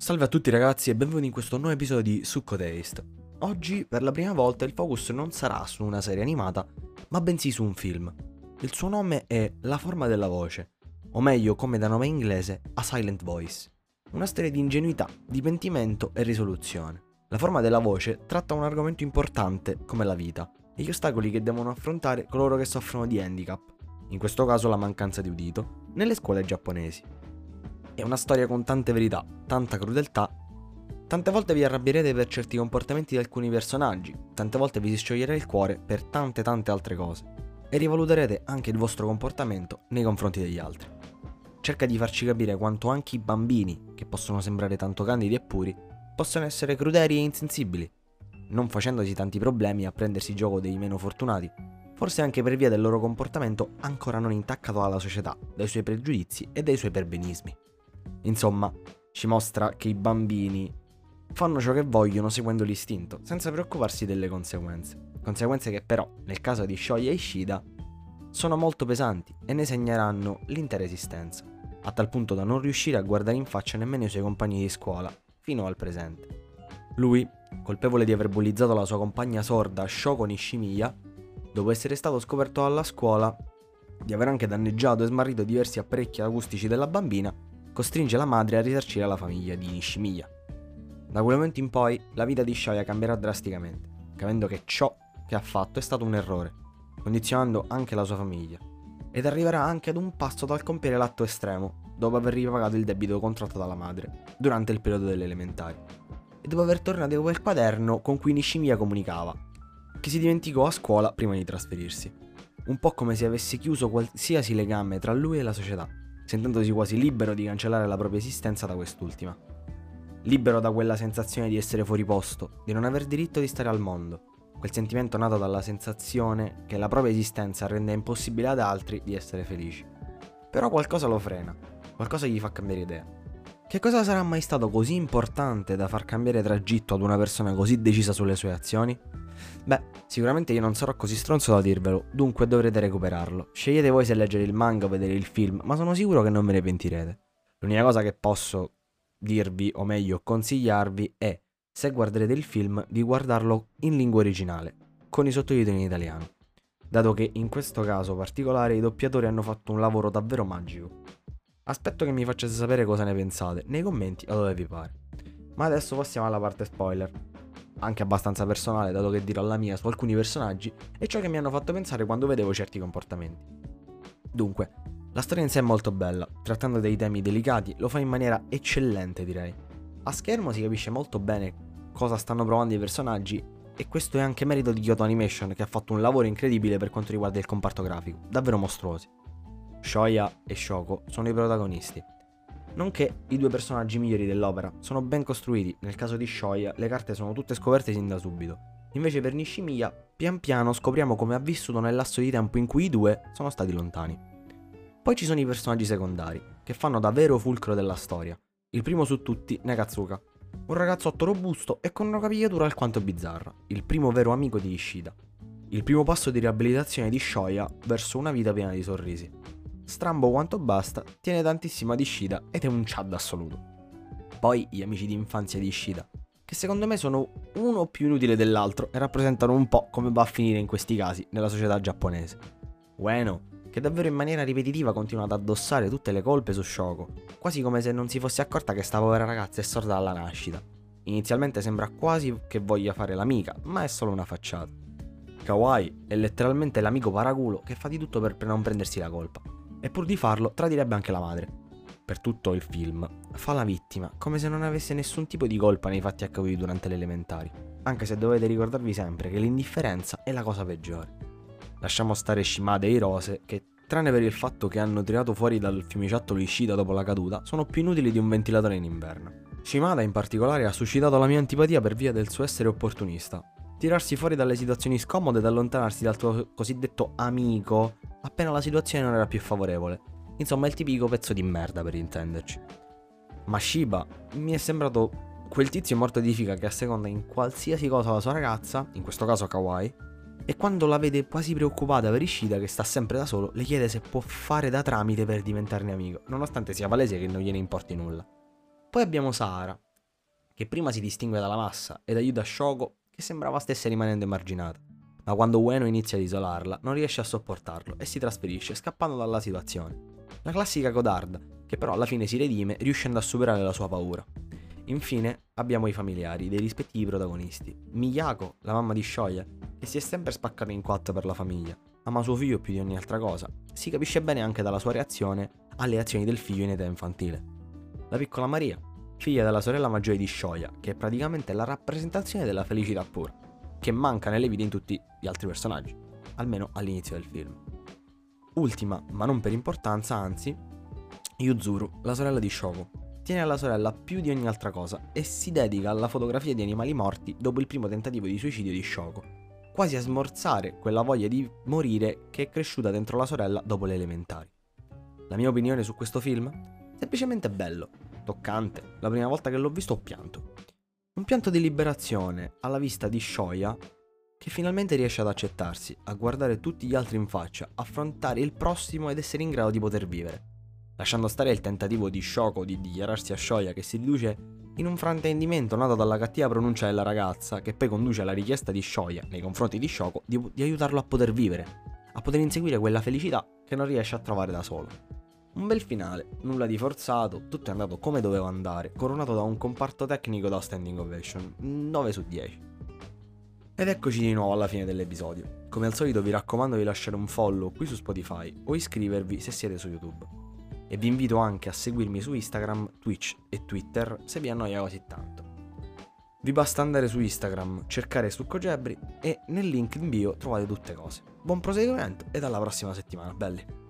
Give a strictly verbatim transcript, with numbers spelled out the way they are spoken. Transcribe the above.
Salve a tutti ragazzi e benvenuti in questo nuovo episodio di Succo Taste. Oggi per la prima volta il focus non sarà su una serie animata, ma bensì su un film. Il suo nome è La forma della voce, o meglio come da nome inglese A Silent Voice. Una storia di ingenuità, di pentimento e risoluzione. La forma della voce tratta un argomento importante come la vita e gli ostacoli che devono affrontare coloro che soffrono di handicap, in questo caso la mancanza di udito, nelle scuole giapponesi. È una storia con tante verità, tanta crudeltà. Tante volte vi arrabbierete per certi comportamenti di alcuni personaggi, tante volte vi si scioglierà il cuore per tante tante altre cose e rivaluterete anche il vostro comportamento nei confronti degli altri. Cerca di farci capire quanto anche i bambini, che possono sembrare tanto candidi e puri, possono essere crudeli e insensibili, non facendosi tanti problemi a prendersi gioco dei meno fortunati, forse anche per via del loro comportamento ancora non intaccato dalla società, dai suoi pregiudizi e dai suoi perbenismi. Insomma, ci mostra che i bambini fanno ciò che vogliono seguendo l'istinto, senza preoccuparsi delle conseguenze. Conseguenze che però, nel caso di Shoya e Ishida, sono molto pesanti e ne segneranno l'intera esistenza, a tal punto da non riuscire a guardare in faccia nemmeno i suoi compagni di scuola, fino al presente. Lui, colpevole di aver bullizzato la sua compagna sorda Shoko Nishimiya, dopo essere stato scoperto alla scuola di aver anche danneggiato e smarrito diversi apparecchi acustici della bambina, costringe la madre a risarcire la famiglia di Nishimiya. Da quel momento in poi la vita di Shoya cambierà drasticamente, capendo che ciò che ha fatto è stato un errore, condizionando anche la sua famiglia, ed arriverà anche ad un passo dal compiere l'atto estremo, dopo aver ripagato il debito contratto dalla madre, durante il periodo delle elementari, e dopo aver tornato quel quaderno con cui Nishimiya comunicava, che si dimenticò a scuola prima di trasferirsi, un po' come se avesse chiuso qualsiasi legame tra lui e la società, sentendosi quasi libero di cancellare la propria esistenza da quest'ultima. Libero da quella sensazione di essere fuori posto, di non aver diritto di stare al mondo, quel sentimento nato dalla sensazione che la propria esistenza rende impossibile ad altri di essere felici. Però qualcosa lo frena, qualcosa gli fa cambiare idea. Che cosa sarà mai stato così importante da far cambiare tragitto ad una persona così decisa sulle sue azioni? Beh, sicuramente io non sarò così stronzo da dirvelo, dunque dovrete recuperarlo. Scegliete voi se leggere il manga o vedere il film, ma sono sicuro che non ve ne pentirete. L'unica cosa che posso dirvi, o meglio consigliarvi, è, se guarderete il film, di guardarlo in lingua originale, con i sottotitoli in italiano, dato che in questo caso particolare i doppiatori hanno fatto un lavoro davvero magico. Aspetto che mi facciate sapere cosa ne pensate, nei commenti o dove vi pare. Ma adesso passiamo alla parte spoiler, anche abbastanza personale, dato che dirò la mia su alcuni personaggi e ciò che mi hanno fatto pensare quando vedevo certi comportamenti. Dunque, la storia in sé è molto bella, trattando dei temi delicati lo fa in maniera eccellente, direi. A schermo si capisce molto bene cosa stanno provando i personaggi e questo è anche merito di Kyoto Animation, che ha fatto un lavoro incredibile per quanto riguarda il comparto grafico, davvero mostruosi. Shoya e Shoko sono i protagonisti, nonché i due personaggi migliori dell'opera. Sono ben costruiti, nel caso di Shoya le carte sono tutte scoperte sin da subito, invece per Nishimiya pian piano scopriamo come ha vissuto nel lasso di tempo in cui i due sono stati lontani. Poi ci sono i personaggi secondari, che fanno da vero fulcro della storia. Il primo su tutti, Nakatsuka, un ragazzotto robusto e con una capigliatura alquanto bizzarra, il primo vero amico di Ishida, il primo passo di riabilitazione di Shoya verso una vita piena di sorrisi. Strambo quanto basta, tiene tantissimo ad Ishida ed è un chad assoluto. Poi gli amici di infanzia di Ishida, che secondo me sono uno più inutile dell'altro e rappresentano un po' come va a finire in questi casi nella società giapponese. Ueno, che davvero in maniera ripetitiva continua ad addossare tutte le colpe su Shoko, quasi come se non si fosse accorta che sta povera ragazza è sorda dalla nascita. Inizialmente sembra quasi che voglia fare l'amica, ma è solo una facciata. Kawai è letteralmente l'amico paraculo che fa di tutto per non prendersi la colpa, e pur di farlo tradirebbe anche la madre. Per tutto il film fa la vittima, come se non avesse nessun tipo di colpa nei fatti accaduti durante le elementari, anche se dovete ricordarvi sempre che l'indifferenza è la cosa peggiore. Lasciamo stare Shimada e Hirose, che tranne per il fatto che hanno tirato fuori dal fiumiciattolo Ishida dopo la caduta, sono più inutili di un ventilatore in inverno. Shimada in particolare ha suscitato la mia antipatia per via del suo essere opportunista. Tirarsi fuori dalle situazioni scomode ed allontanarsi dal tuo cosiddetto amico appena la situazione non era più favorevole. Insomma, il tipico pezzo di merda, per intenderci. Ma Shiba mi è sembrato quel tizio morto di figa che asseconda in qualsiasi cosa la sua ragazza, in questo caso Kawai, e quando la vede quasi preoccupata per Ishida, che sta sempre da solo, le chiede se può fare da tramite per diventarne amico, nonostante sia palese che non gliene importi nulla. Poi abbiamo Sahara, che prima si distingue dalla massa ed aiuta Shoko, che sembrava stesse rimanendo emarginata. Ma quando Ueno inizia ad isolarla, non riesce a sopportarlo e si trasferisce, scappando dalla situazione. La classica codarda, che però alla fine si redime riuscendo a superare la sua paura. Infine abbiamo i familiari dei rispettivi protagonisti. Miyako, la mamma di Shoya, che si è sempre spaccata in quattro per la famiglia, ama suo figlio più di ogni altra cosa. Si capisce bene anche dalla sua reazione alle azioni del figlio in età infantile. La piccola Maria, figlia della sorella maggiore di Shoya, che è praticamente la rappresentazione della felicità pura, che manca nelle vite in tutti gli altri personaggi, almeno all'inizio del film. Ultima, ma non per importanza, anzi, Yuzuru, la sorella di Shoko, tiene alla sorella più di ogni altra cosa e si dedica alla fotografia di animali morti dopo il primo tentativo di suicidio di Shoko, quasi a smorzare quella voglia di morire che è cresciuta dentro la sorella dopo le elementari. La mia opinione su questo film? Semplicemente bello, toccante. La prima volta che l'ho visto ho pianto. Un pianto di liberazione alla vista di Shoya, che finalmente riesce ad accettarsi, a guardare tutti gli altri in faccia, affrontare il prossimo ed essere in grado di poter vivere. Lasciando stare il tentativo di Shoko di dichiararsi a Shoya, che si riduce in un fraintendimento nato dalla cattiva pronuncia della ragazza, che poi conduce alla richiesta di Shoya nei confronti di Shoko di, di aiutarlo a poter vivere, a poter inseguire quella felicità che non riesce a trovare da solo. Un bel finale, nulla di forzato, tutto è andato come doveva andare, coronato da un comparto tecnico da standing ovation, nove su dieci. Ed eccoci di nuovo alla fine dell'episodio. Come al solito vi raccomando di lasciare un follow qui su Spotify o iscrivervi se siete su YouTube. E vi invito anche a seguirmi su Instagram, Twitch e Twitter se vi annoia così tanto. Vi basta andare su Instagram, cercare Succogebri e nel link in bio trovate tutte cose. Buon proseguimento ed alla prossima settimana, belli!